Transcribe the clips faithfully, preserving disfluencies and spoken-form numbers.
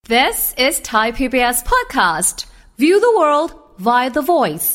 This is Thai พี บี เอส podcast. View the world via the voice.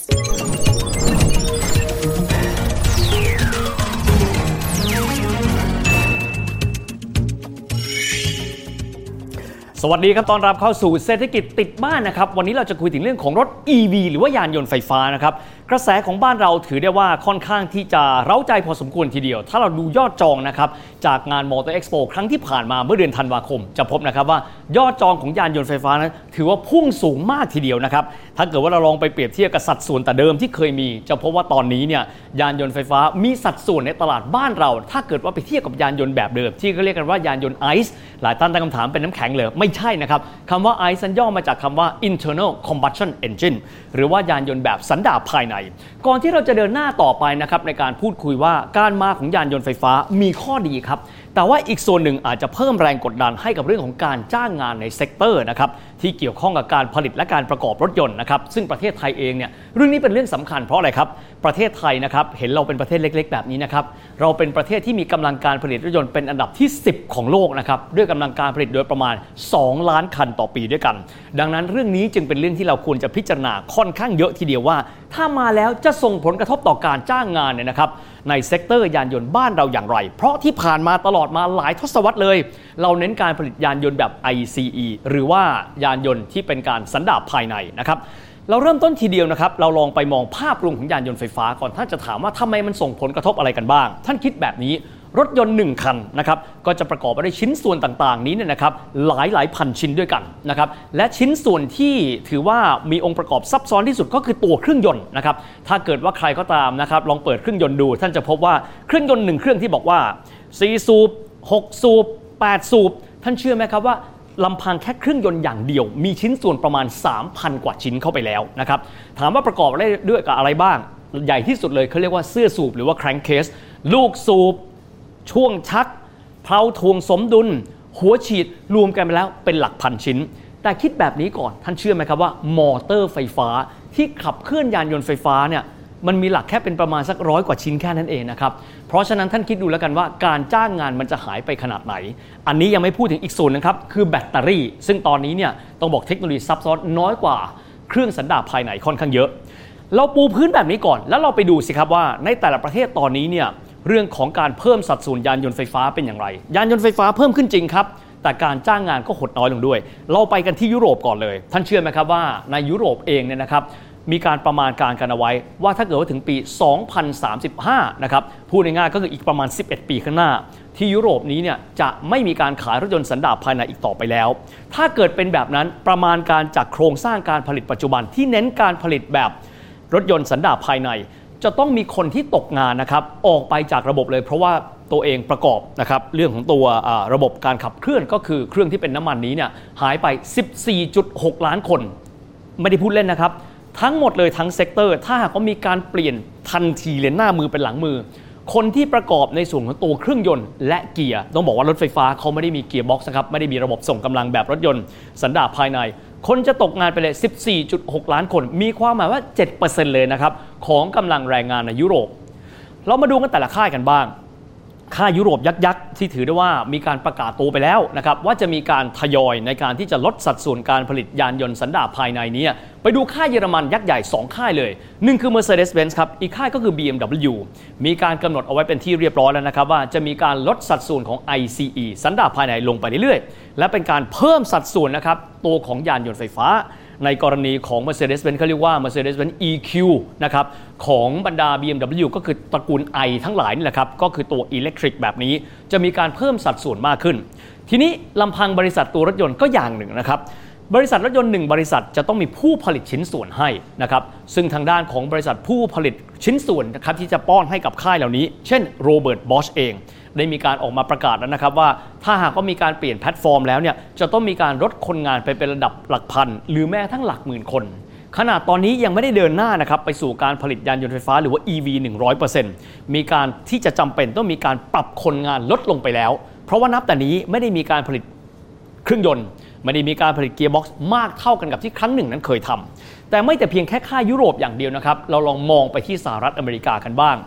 สวัสดีครับต้อนรับเข้าสู่เศรษฐกิจติดบ้านนะครับวันนี้เราจะคุยถึงเรื่องของรถ อี วี หรือว่ายานยนต์ไฟฟ้านะครับกระแสของบ้านเราถือได้ว่าค่อนข้างที่จะเร้าใจพอสมควรทีเดียวถ้าเราดูยอดจองนะครับจากงาน Motor Expo ครั้งที่ผ่านมาเมื่อเดือนธันวาคมจะพบนะครับว่ายอดจองของยานยนต์ไฟฟ้านั้นถือว่าพุ่งสูงมากทีเดียวนะครับถ้าเกิดว่าเราลองไปเปรียบเทียบกับสัดส่วนแต่เดิมที่เคยมีจะพบว่าตอนนี้เนี่ยยานยนต์ไฟฟ้ามีสัดส่วนในตลาดบ้านเราถ้าเกิดว่าไปเทียบกับยานยนต์แบบเดิมที่เขาเรียกกันว่ายานยนต์ ไอ ซี อี หลายท่านตั้งคำถามเป็นน้ำแข็งเลยไม่ใช่นะครับคำว่า ไอ ซี อี ย่อมาจากคำว่า internal combustion engine หรือว่ายานยนต์แบบสันดาปภายในก่อนที่เราจะเดินหน้าต่อไปนะครับในการพูดคุยว่าการมาของยานยนต์ไฟฟ้ามีข้อดีครับแต่ว่าอีกส่วนหนึ่งอาจจะเพิ่มแรงกดดันให้กับเรื่องของการจ้างงานในเซกเตอร์นะครับที่เกี่ยวข้องกับการผลิตและการประกอบรถยนต์นะครับซึ่งประเทศไทยเองเนี่ยเรื่องนี้เป็นเรื่องสำคัญเพราะอะไรครับประเทศไทยนะครับเห็นเราเป็นประเทศเล็กๆแบบนี้นะครับเราเป็นประเทศที่มีกำลังการผลิตรถยนต์เป็นอันดับที่สิบของโลกนะครับด้วยกำลังการผลิตโดยประมาณสองล้านคันต่อปีด้วยกันดังนั้นเรื่องนี้จึงเป็นเรื่องที่เราควรจะพิจารณาค่อนข้างเยอะทีเดียวว่าถ้ามาแล้วจะส่งผลกระทบต่อการจ้างงานเนี่ยนะครับในเซกเตอร์ยานยนต์บ้านเราอย่างไรเพราะที่ผ่านมาตลอดมาหลายทศวรรษเลยเราเน้นการผลิตยานยนต์แบบ ไอ ซี อี หรือว่ายานยนต์ที่เป็นการสันดาปภายในนะครับเราเริ่มต้นทีเดียวนะครับเราลองไปมองภาพรวมของยานยนต์ไฟฟ้าก่อนท่านจะถามว่าทำไมมันส่งผลกระทบอะไรกันบ้างท่านคิดแบบนี้รถยนต์หนึ่งคันนะครับก็จะประกอบไปด้วยชิ้นส่วนต่างๆนี้เนี่ยนะครับหลายหลายพันชิ้นด้วยกันนะครับและชิ้นส่วนที่ถือว่ามีองค์ประกอบซับซ้อนที่สุดก็คือตัวเครื่องยนต์นะครับถ้าเกิดว่าใครก็ตามนะครับลองเปิดเครื่องยนต์ดูท่านจะพบว่าเครื่องยนต์หนึ่งเครื่องที่บอกว่าสี่สูบหกสูบแปดสูบท่านเชื่อไหมครับว่าลำพังแค่เครื่องยนต์อย่างเดียวมีชิ้นส่วนประมาณ สามพัน กว่าชิ้นเข้าไปแล้วนะครับถามว่าประกอบได้ด้วยกับอะไรบ้างใหญ่ที่สุดเลยเขาเรียกว่าเสื้อสูบหรือว่า crankcase ลูกสูบช่วงชักเพลาถ่วงสมดุลหัวฉีดรวมกันไปแล้วเป็นหลักพันชิ้นแต่คิดแบบนี้ก่อนท่านเชื่อไหมครับว่ามอเตอร์ไฟฟ้าที่ขับเคลื่อนยานยนต์ไฟฟ้าเนี่ยมันมีหลักแค่เป็นประมาณสักร้อยกว่าชิ้นแค่นั้นเองนะครับเพราะฉะนั้นท่านคิดดูแล้วกันว่าการจ้างงานมันจะหายไปขนาดไหนอันนี้ยังไม่พูดถึงอีกส่วนนึงครับคือแบตเตอรี่ซึ่งตอนนี้เนี่ยต้องบอกเทคโนโลยีซับซ้อนน้อยกว่าเครื่องสันดาปภายในค่อนข้างเยอะเราปูพื้นแบบนี้ก่อนแล้วเราไปดูสิครับว่าในแต่ละประเทศตอนนี้เนี่ยเรื่องของการเพิ่มสัดส่วนยานยนต์ไฟฟ้าเป็นอย่างไรยานยนต์ไฟฟ้าเพิ่มขึ้นจริงครับแต่การจ้างงานก็หดน้อยลงด้วยเราไปกันที่ยุโรปก่อนเลยท่านเชื่อไหมครับว่าในยุโรปเองเนี่ยนะครับมีการประมาณการกันเอาไว้ว่าถ้าเกิดว่าถึงปีสองพันสามสิบห้านะครับพูดง่ายๆก็คืออีกประมาณสิบเอ็ดปีข้างหน้าที่ยุโรปนี้เนี่ยจะไม่มีการขายรถยนต์สันดาปภายในอีกต่อไปแล้วถ้าเกิดเป็นแบบนั้นประมาณการจากโครงสร้างการผลิตปัจจุบันที่เน้นการผลิตแบบรถยนต์สันดาปภายในจะต้องมีคนที่ตกงานนะครับออกไปจากระบบเลยเพราะว่าตัวเองประกอบนะครับเรื่องของตัวระบบการขับเคลื่อนก็คือเครื่องที่เป็นน้ำมันนี้เนี่ยหายไป สิบสี่จุดหก ล้านคนไม่ได้พูดเล่นนะครับทั้งหมดเลยทั้งเซกเตอร์ถ้าหากว่ามีการเปลี่ยนทันทีเลยหน้ามือเป็นหลังมือคนที่ประกอบในส่วนของตัวเครื่องยนต์และเกียร์ต้องบอกว่ารถไฟฟ้าเขาไม่ได้มีเกียร์บ็อกซ์นะครับไม่ได้มีระบบส่งกำลังแบบรถยนต์สันดาปภายในคนจะตกงานไปเลย สิบสี่จุดหก ล้านคนมีความหมายว่า เจ็ดเปอร์เซ็นต์ เลยนะครับของกำลังแรงงานในยุโรปเรามาดูกันแต่ละค่ายกันบ้างค่ายยุโรปยักษ์ๆที่ถือได้ว่ามีการประกาศตัวไปแล้วนะครับว่าจะมีการทยอยในการที่จะลดสัดส่วนการผลิตยานยนต์สันดาปภายในนี้ไปดูค่ายเยอรมันยักษ์ใหญ่สองค่ายเลยหนึ่งคือ Mercedes-Benz ครับอีกค่ายก็คือ บี เอ็ม ดับเบิลยู มีการกำหนดเอาไว้เป็นที่เรียบร้อยแล้วนะครับว่าจะมีการลดสัดส่วนของ ไอ ซี อี สันดาปภายในลงไปเรื่อยๆและเป็นการเพิ่มสัดส่วนนะครับตัวของยานยนต์ไฟฟ้าในกรณีของ Mercedes-Benz เขาเรียกว่า Mercedes-Benz อี คิว นะครับของบรรดา บี เอ็ม ดับเบิลยู ก็คือตระกูล I ทั้งหลายนี่แหละครับก็คือตัว Electric แบบนี้จะมีการเพิ่มสัดส่วนมากขึ้นทีนี้ลำพังบริษัทตัวรถยนต์ก็อย่างหนึ่งนะครับบริษัทรถยนต์หนึ่งบริษัทจะต้องมีผู้ผลิตชิ้นส่วนให้นะครับซึ่งทางด้านของบริษัทผู้ผลิตชิ้นส่วนนะครับที่จะป้อนให้กับค่ายเหล่านี้เช่นโรเบิร์ตบอชเองได้มีการออกมาประกาศแล้วนะครับว่าถ้าหากว่ามีการเปลี่ยนแพลตฟอร์มแล้วเนี่ยจะต้องมีการลดคนงานไปเป็นระดับหลักพันหรือแม้ทั้งหลักหมื่นคนขนาดตอนนี้ยังไม่ได้เดินหน้านะครับไปสู่การผลิตยานยนต์ไฟฟ้าหรือว่า อี วี หนึ่งร้อยเปอร์เซ็นต์ มีการที่จะจำเป็นต้องมีการปรับคนงานลดลงไปแล้วเพราะว่านับแต่นี้ไม่ได้มีการผลิตเครื่องยนต์ไม่ได้มีการผลิตเกียร์บ็อกซ์มากเท่ากันกับที่ครั้งหนึ่งนั้นเคยทำแต่ไม่แต่เพียงแค่ค่ายยุโรปอย่างเดียวนะครับเราลองมองไปที่สหรัฐอเมริกากันบ้าง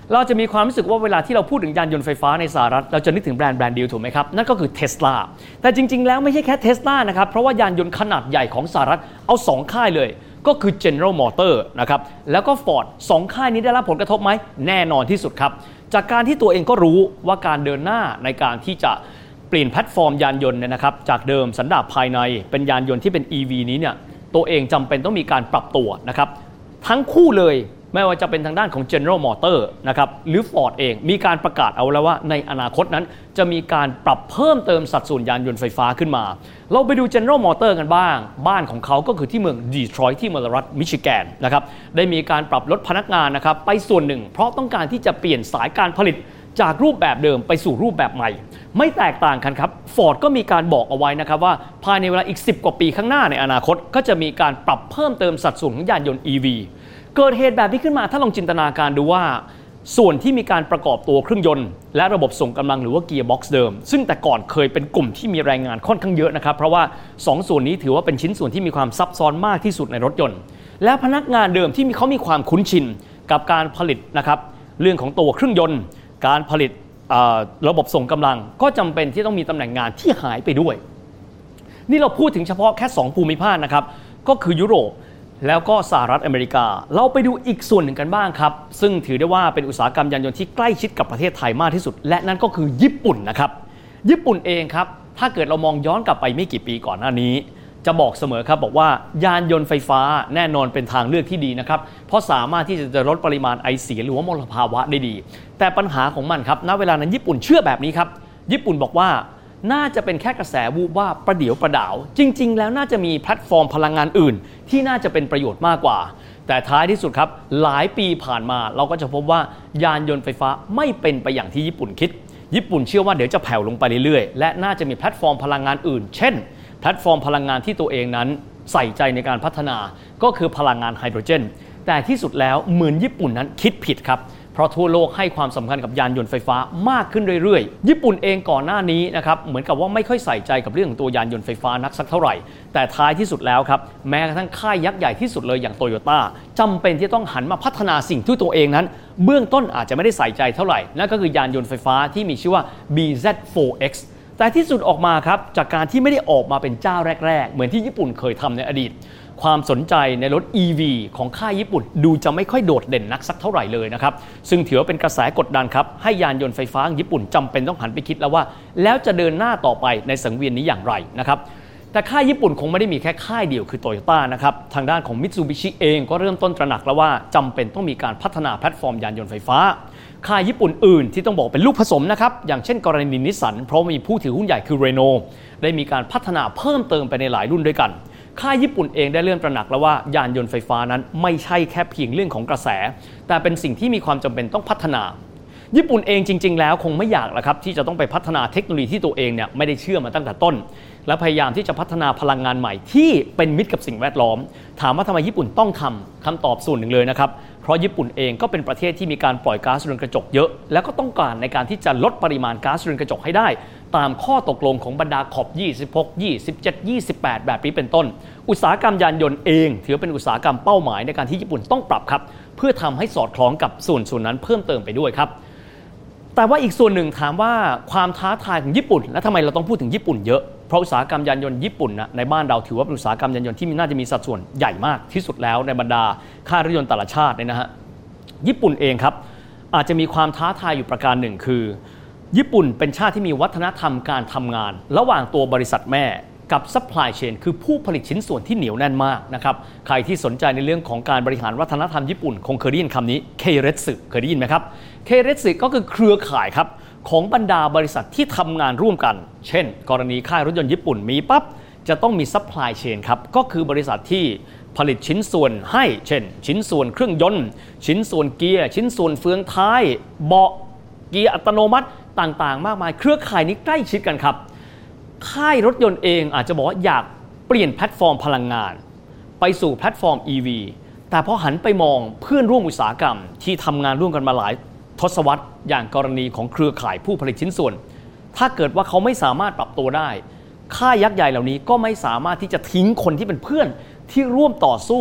เราจะมีความรู้สึกว่าเวลาที่เราพูดถึงยานยนต์ไฟฟ้าในสหรัฐเราจะนึกถึงแบรนด์แบรนด์เดียวถูกไหมครับนั่นก็คือ Tesla แต่จริงๆแล้วไม่ใช่แค่ Tesla นะครับเพราะว่ายานยนต์ขนาดใหญ่ของสหรัฐเอาสองค่ายเลยก็คือ General Motors นะครับแล้วก็ Ford สองค่ายนี้ได้รับผลกระทบไหมแน่นอนที่สุดครับจากการที่ตัวเองก็รู้ว่าการเดินหน้าในการที่จะเปลี่ยนแพลตฟอร์มยานยนต์เนี่ยนะครับจากเดิมสันดาปภายในเป็นยานยนต์ที่เป็น อี วี นี้เนี่ยตัวเองจำเป็นต้องมีการปรับตัวนะครับทั้งคู่เลยไม่ว่าจะเป็นทางด้านของ General Motors นะครับหรือ Ford เองมีการประกาศเอาแล้วว่าในอนาคตนั้นจะมีการปรับเพิ่มเติมสัดส่วนยานยนต์ไฟฟ้าขึ้นมาเราไปดู General Motors กันบ้างบ้านของเขาก็คือที่เมืองดีทรอยต์ที่รัฐมิชิแกนนะครับได้มีการปรับลดพนักงานนะครับไปส่วนหนึ่งเพราะต้องการที่จะเปลี่ยนสายการผลิตจากรูปแบบเดิมไปสู่รูปแบบใหม่ไม่แตกต่างกันครับ Ford ก็มีการบอกเอาไว้นะครับว่าภายในเวลาอีกสิบกว่าปีข้างหน้าในอนาคตก็จะมีการปรับเพิ่มเติมสัดส่วนของยานยนต์ อี วี เกิดเหตุแบบนี้ขึ้นมาถ้าลองจินตนาการดูว่าส่วนที่มีการประกอบตัวเครื่องยนต์และระบบส่งกำลังหรือว่าเกียร์บ็อกซ์เดิมซึ่งแต่ก่อนเคยเป็นกลุ่มที่มีแรงงานค่อนข้างเยอะนะครับเพราะว่าสองส่วนนี้ถือว่าเป็นชิ้นส่วนที่มีความซับซ้อนมากที่สุดในรถยนต์และพนักงานเดิมที่มีเขามีความคุ้นชินกับการผลิตนะครับเรื่องของตัวเครื่องยนต์การผลิตระบบส่งกำลังก็จำเป็นที่ต้องมีตำแหน่งงานที่หายไปด้วยนี่เราพูดถึงเฉพาะแค่สองภูมิภาคนะครับก็คือยุโรปแล้วก็สหรัฐอเมริกาเราไปดูอีกส่วนหนึ่งกันบ้างครับซึ่งถือได้ว่าเป็นอุตสาหกรรมยานยนต์ที่ใกล้ชิดกับประเทศไทยมากที่สุดและนั่นก็คือญี่ปุ่นนะครับญี่ปุ่นเองครับถ้าเกิดเรามองย้อนกลับไปไม่กี่ปีก่อนหน้านี้จะบอกเสมอครับบอกว่ายานยนต์ไฟฟ้าแน่นอนเป็นทางเลือกที่ดีนะครับเพราะสามารถที่จะลดปริมาณไอเสียหรือว่ามลภาวะได้ดีแต่ปัญหาของมันครับณเวลานั้นญี่ปุ่นเชื่อแบบนี้ครับญี่ปุ่นบอกว่าน่าจะเป็นแค่กระแสวูบว่าประเดี๋ยวประดาวจริงๆแล้วน่าจะมีแพลตฟอร์มพลังงานอื่นที่น่าจะเป็นประโยชน์มากกว่าแต่ท้ายที่สุดครับหลายปีผ่านมาเราก็จะพบว่ายานยนต์ไฟฟ้าไม่เป็นไปอย่างที่ญี่ปุ่นคิดญี่ปุ่นเชื่อว่าเดี๋ยวจะแผ่วลงไปเรื่อยๆและน่าจะมีแพลตฟอร์มพลังงานอื่นเช่นแพลตฟอร์มพลังงานที่ตัวเองนั้นใส่ใจในการพัฒนาก็คือพลังงานไฮโดรเจนแต่ที่สุดแล้วเหมือนญี่ปุ่นนั้นคิดผิดครับเพราะทั่วโลกให้ความสำคัญกับยานยนต์ไฟฟ้ามากขึ้นเรื่อยๆญี่ปุ่นเองก่อนหน้านี้นะครับเหมือนกับว่าไม่ค่อยใส่ใจกับเรื่องของตัวยานยนต์ไฟฟ้านักสักเท่าไหร่แต่ท้ายที่สุดแล้วครับแม้กระทั่งค่ายยักษ์ใหญ่ที่สุดเลยอย่างโตโยต้าจำเป็นที่ต้องหันมาพัฒนาสิ่งที่ตัวเองนั้นเบื้องต้นอาจจะไม่ได้ใส่ใจเท่าไหร่นั่นก็คือยานยนต์ไฟฟ้าที่มีชื่อว่า บี แซด โฟร์ เอ็กซ์ แต่ที่สุดออกมาครับจากการที่ไม่ได้ออกมาเป็นเจ้าแรกๆเหมือนที่ญี่ปุ่นเคยทำในอดีตความสนใจในรถ อี วี ของค่ายญี่ปุ่นดูจะไม่ค่อยโดดเด่นนักสักเท่าไหร่เลยนะครับซึ่งถือว่าเป็นกระแสกดดันครับให้ยานยนต์ไฟฟ้าญี่ปุ่นจำเป็นต้องหันไปคิดแล้วว่าแล้วจะเดินหน้าต่อไปในสังเวียนนี้อย่างไรนะครับแต่ค่ายญี่ปุ่นคงไม่ได้มีแค่ค่ายเดียวคือโตโยต้านะครับทางด้านของมิตซูบิชิเองก็เริ่มต้นตระหนักแล้วว่าจำเป็นต้องมีการพัฒนาแพลตฟอร์มยานยนต์ไฟฟ้าค่ายญี่ปุ่นอื่นที่ต้องบอกเป็นลูกผสมนะครับอย่างเช่นกรณีนิสสันเพราะมีผู้ถือหุ้นใหญ่คือเรโนได้มีการพัฒนาเพิ่มเติมไปในหลายรุ่นด้วยกันค่ายญี่ปุ่นเองได้เริ่มตระหนักแล้วว่ายานยนต์ไฟฟ้านั้นไม่ใช่แค่เพียงเรื่องของกระแสแต่เป็นสิ่งที่มีความจำเป็นต้องพัฒนาญี่ปุ่นเองจริงๆแล้วคงไม่อยากละครับที่จะต้องไปพัฒนาเทคโนโลยีที่ตัวเองเนี่ยไม่ได้เชื่อมาตั้งแต่ต้นและพยายามที่จะพัฒนาพลังงานใหม่ที่เป็นมิตรกับสิ่งแวดล้อมถามว่าทำไมญี่ปุ่นต้องทำคำตอบส่วนหนึ่งเลยนะครับเพราะญี่ปุ่นเองก็เป็นประเทศที่มีการปล่อยก๊าซเรือนกระจกเยอะแล้วก็ต้องการในการที่จะลดปริมาณก๊าซเรือนกระจกให้ได้ตามข้อตกลงของบรรดา ซี โอ พี ยี่สิบหก ยี่สิบเจ็ด ยี่สิบแปด แบบนี้เป็นต้นอุตสาหกรรมยานยนต์เองถือเป็นอุตสาหกรรมเป้าหมายในการที่ญี่ปุ่นต้องปรับครับเพื่อทำให้สอดคล้องกับส่วนส่วนนั้นเพิ่มเติมไปด้วยครับแต่ว่าอีกส่วนหนึ่งถามว่าความท้าทายของญี่ปุ่นและทำไมเราต้องพูดถึงญี่ปุ่นเยอะเพราะอุตสาหกรรมยานยนต์ญี่ปุ่นนะในบ้านเราถือว่าเป็นอุตสาหกรรมยานยนต์ที่น่าจะมีสัดส่วนใหญ่มากที่สุดแล้วในบรรดาค่ายรถยนต์แต่ละชาติเนี่ยนะฮะญี่ปุ่นเองครับอาจจะมีความท้าทายอยู่ประการหนึ่งคือญี่ปุ่นเป็นชาติที่มีวัฒนธรรมการทำงานระหว่างตัวบริษัทแม่กับซัพพลายเชนคือผู้ผลิตชิ้นส่วนที่เหนียวแน่นมากนะครับใครที่สนใจในเรื่องของการบริหารวัฒนธรรมญี่ปุ่นคงเคยได้ยินคำนี้เคเรสึเคยได้ยินไหมครับเคเรสึก็คือเครือข่ายครับของบรรดาบริษัทที่ทำงานร่วมกันเช่นกรณีค่ายรถยนต์ญี่ปุ่นมีปั๊บจะต้องมีซัพพลายเชนครับก็คือบริษัทที่ผลิตชิ้นส่วนให้เช่นชิ้นส่วนเครื่องยนต์ชิ้นส่วนเกียร์ชิ้นส่วนเฟืองท้ายเบาะเกียร์อัตโนมัติต่างๆมากมายเครือข่ายนี้ใกล้ชิดกันครับค่ายรถยนต์เองอาจจะบอกว่าอยากเปลี่ยนแพลตฟอร์มพลังงานไปสู่แพลตฟอร์ม อี วี แต่พอหันไปมองเพื่อนร่วมอุตสาหกรรมที่ทำงานร่วมกันมาหลายทศวรรษอย่างกรณีของเครือข่ายผู้ผลิตชิ้นส่วนถ้าเกิดว่าเขาไม่สามารถปรับตัวได้ค่ายยักษ์ใหญ่เหล่านี้ก็ไม่สามารถที่จะทิ้งคนที่เป็นเพื่อนที่ร่วมต่อสู้ฝ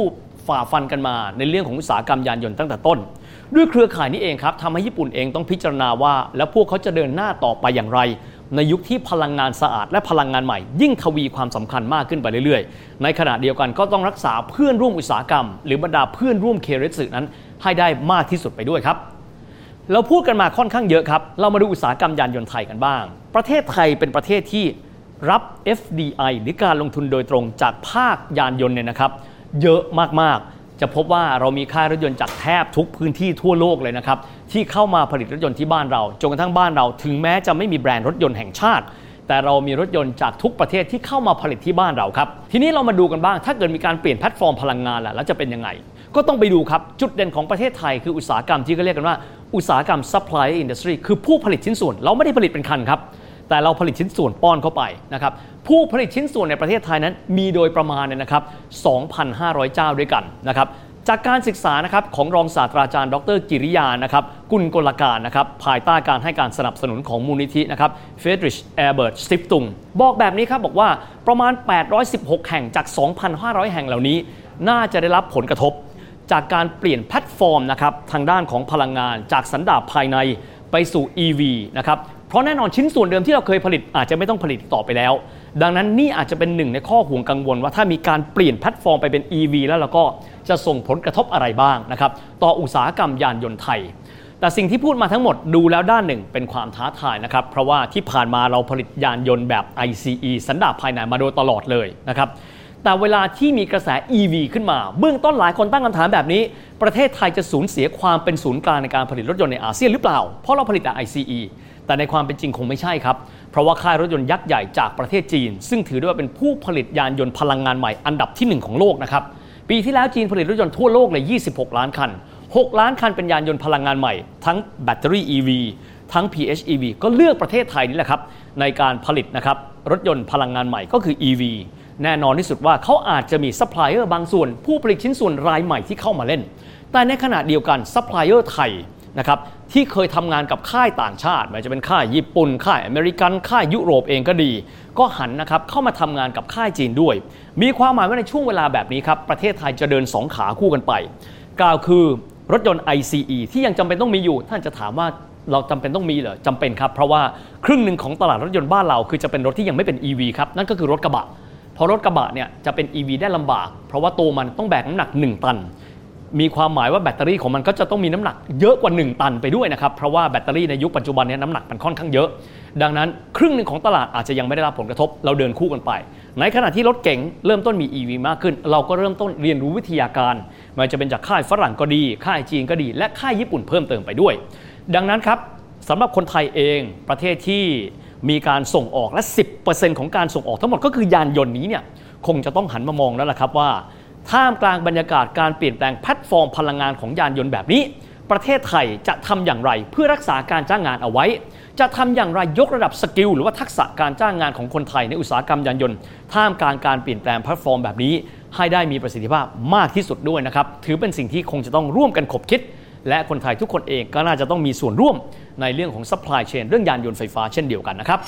ฝ่าฟันกันมาในเรื่องของอุตสาหกรรมยานยนต์ตั้งแต่ต้นด้วยเครือข่ายนี้เองครับทำให้ญี่ปุ่นเองต้องพิจารณาว่าแล้วพวกเขาจะเดินหน้าต่อไปอย่างไรในยุคที่พลังงานสะอาดและพลังงานใหม่ยิ่งทวีความสำคัญมากขึ้นไปเรื่อยๆในขณะเดียวกันก็ต้องรักษาเพื่อนร่วมอุตสาหกรรมหรือบรรดาเพื่อนร่วมเคเรสึนั้นให้ได้มากที่สุดไปด้วยครับเราพูดกันมาค่อนข้างเยอะครับเรามาดูอุตสาหกรรมยานยนต์ไทยกันบ้างประเทศไทยเป็นประเทศที่รับ เอฟ ดี ไอ หรือการลงทุนโดยตรงจากภาคยานยนต์เนี่ยนะครับเยอะมากๆจะพบว่าเรามีค่ายรถยนต์จากแทบทุกพื้นที่ทั่วโลกเลยนะครับที่เข้ามาผลิตรถยนต์ที่บ้านเราจนกระทั่งบ้านเราถึงแม้จะไม่มีแบรนด์รถยนต์แห่งชาติแต่เรามีรถยนต์จากทุกประเทศที่เข้ามาผลิตที่บ้านเราครับทีนี้เรามาดูกันบ้างถ้าเกิดมีการเปลี่ยนแพลตฟอร์มพลังงานล่ะแล้วจะเป็นยังไงก็ต้องไปดูครับจุดเด่นของประเทศไทยคืออุตสาหกรรมที่เขาเรียกกันว่าอุตสาหกรรม supply industry คือผู้ผลิตชิ้นส่วนเราไม่ได้ผลิตเป็นคันครับแต่เราผลิตชิ้นส่วนป้อนเข้าไปนะครับผู้ผลิตชิ้นส่วนในประเทศไทยนั้นมีโดยประมาณเนี่ยนะครับ สองพันห้าร้อย เจ้าด้วยกันนะครับจากการศึกษานะครับของรองศาสตราจารย์ดรกิริยานะครับกุลกลการนะครับภายใต้การให้การสนับสนุนของมูลนิธินะครับ Friedrich Ebert Stiftung บอกแบบนี้ครับบอกว่าประมาณแปดร้อยสิบหกแห่งจาก สองพันห้าร้อย แห่งเหล่านี้น่าจะได้รับผลกระทบจากการเปลี่ยนแพลตฟอร์มนะครับทางด้านของพลังงานจากสันดาปภายในไปสู่ อี วี นะครับเพราะแน่นอนชิ้นส่วนเดิมที่เราเคยผลิตอาจจะไม่ต้องผลิตต่อไปแล้วดังนั้นนี่อาจจะเป็นหนึ่งในข้อห่วงกังวลว่าถ้ามีการเปลี่ยนแพลตฟอร์มไปเป็น อี วี แล้วเราก็จะส่งผลกระทบอะไรบ้างนะครับต่ออุตสาหกรรมยานยนต์ไทยแต่สิ่งที่พูดมาทั้งหมดดูแล้วด้านหนึ่งเป็นความท้าทายนะครับเพราะว่าที่ผ่านมาเราผลิตยานยนต์แบบ ไอ ซี อี สันดาปภายในมาโดยตลอดเลยนะครับแต่เวลาที่มีกระแส อี วี ขึ้นมาเบื้องต้นหลายคนตั้งคำถามแบบนี้ประเทศไทยจะสูญเสียความเป็นศูนย์กลางในการผลิตรถยนต์ในอาเซียนหรือเปล่าเพราะเราผลิตแต่ ไอ ซี อี แต่ในความเป็นจริงคงไม่ใช่ครับเพราะว่าค่ายรถยนต์ยักษ์ใหญ่จากประเทศจีนซึ่งถือได้ว่าเป็นผู้ผลิตยานยนต์พลังงานใหม่อันดับที่หนึ่งของโลกนะครับปีที่แล้วจีนผลิตรถยนต์ทั่วโลกเลยยี่สิบหกล้านคันหกล้านคันเป็นยานยนต์พลังงานใหม่ทั้งแบตเตอรี่ อี วี ทั้ง พี เอช อี วี ก็เลือกประเทศไทยนี่แหละครับในการผลิตนะครับรถยนต์พลังงานใหม่ก็คือ อี วี แน่นอนที่สุดว่าเขาอาจจะมีซัพพลายเออร์บางส่วนผู้ผลิตชิ้นส่วนรายใหม่ที่เข้ามาเล่นแต่ในขณะเดียวกันซัพพลายเออร์ไทยนะครับที่เคยทำงานกับค่ายต่างชาติไม่ว่าจะเป็นค่ายญี่ปุ่นค่ายอเมริกันค่ายยุโรปเองก็ดีก็หันนะครับเข้ามาทำงานกับค่ายจีนด้วยมีความหมายว่าในช่วงเวลาแบบนี้ครับประเทศไทยจะเดินสองขาคู่กันไปกล่าวคือรถยนต์ ไอ ซี อี ที่ยังจำเป็นต้องมีอยู่ท่านจะถามว่าเราจำเป็นต้องมีเหรอจำเป็นครับเพราะว่าครึ่งหนึ่งของตลาดรถยนต์บ้านเราคือจะเป็นรถที่ยังไม่เป็น อี วี ครับนั่นก็คือรถกระบะเพราะรถกระบะเนี่ยจะเป็น อี วี ได้ลำบากเพราะว่าตัวมันต้องแบกน้ำหนักหนึ่งตันมีความหมายว่าแบตเตอรี่ของมันก็จะต้องมีน้ำหนักเยอะกว่าหนึ่งตันไปด้วยนะครับเพราะว่าแบตเตอรี่ในยุคปัจจุบันนี้น้ำหนักมันค่อนข้างเยอะดังนั้นครึ่งหนึ่งของตลาดอาจจะยังไม่ได้รับผลกระทบเราเดินคู่กันไปในขณะที่รถเก๋งเริ่มต้นมี อี วี มากขึ้นเราก็เริ่มต้นเรียนรู้วิทยาการไม่ว่าจะเป็นจากค่ายฝรั่งก็ดีค่ายจีนก็ดีและค่ายญี่ปุ่นเพิ่มเติมไปด้วยดังนั้นครับสำหรับคนไทยเองประเทศที่มีการส่งออกและ สิบเปอร์เซ็นต์ ของการส่งออกทั้งหมดก็คือยานยนต์นี้เนี่ยคงจะต้องหันมามองแล้วล่ะครับว่าท่ามกลางบรรยากาศการเปลี่ยนแปลงแพลตฟอร์มพลังงานของยานยนต์แบบนี้ประเทศไทยจะทำอย่างไรเพื่อรักษาการจ้างงานเอาไว้จะทำอย่างไรยกระดับสกิลหรือว่าทักษะการจ้างงานของคนไทยในอุตสาหกรรมยานยนต์ท่ามกลางการเปลี่ยนแปลงแพลตฟอร์มแบบนี้ให้ได้มีประสิทธิภาพมากที่สุดด้วยนะครับถือเป็นสิ่งที่คงจะต้องร่วมกันขบคิดและคนไทยทุกคนเองก็น่าจะต้องมีส่วนร่วมในเรื่องของ supply chain เรื่องยานยนต์ไฟฟ้าเช่นเดียวกันนะครับ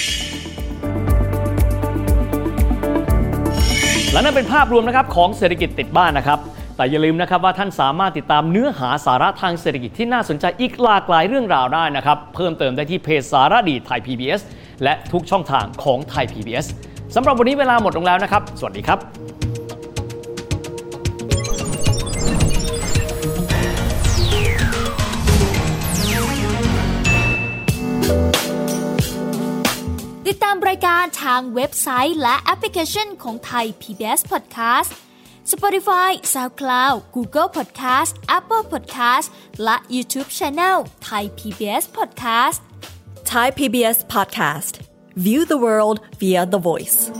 และนั่นเป็นภาพรวมนะครับของเศรษฐกิจติดบ้านนะครับแต่อย่าลืมนะครับว่าท่านสามารถติดตามเนื้อหาสาระทางเศรษฐกิจที่น่าสนใจอีกหลากหลายเรื่องราวได้นะครับเพิ่มเติมได้ที่เพจสารดีไทย พี บี เอส และทุกช่องทางของไทย พี บี เอส สำหรับวันนี้เวลาหมดลงแล้วนะครับสวัสดีครับติดตามรายการทางเว็บไซต์และแอปพลิเคชันของไทย พี บี เอส Podcast Spotify, SoundCloud, Google Podcast, Apple Podcast และ YouTube Channel Thai พี บี เอส Podcast Thai พี บี เอส Podcast View the world via the voice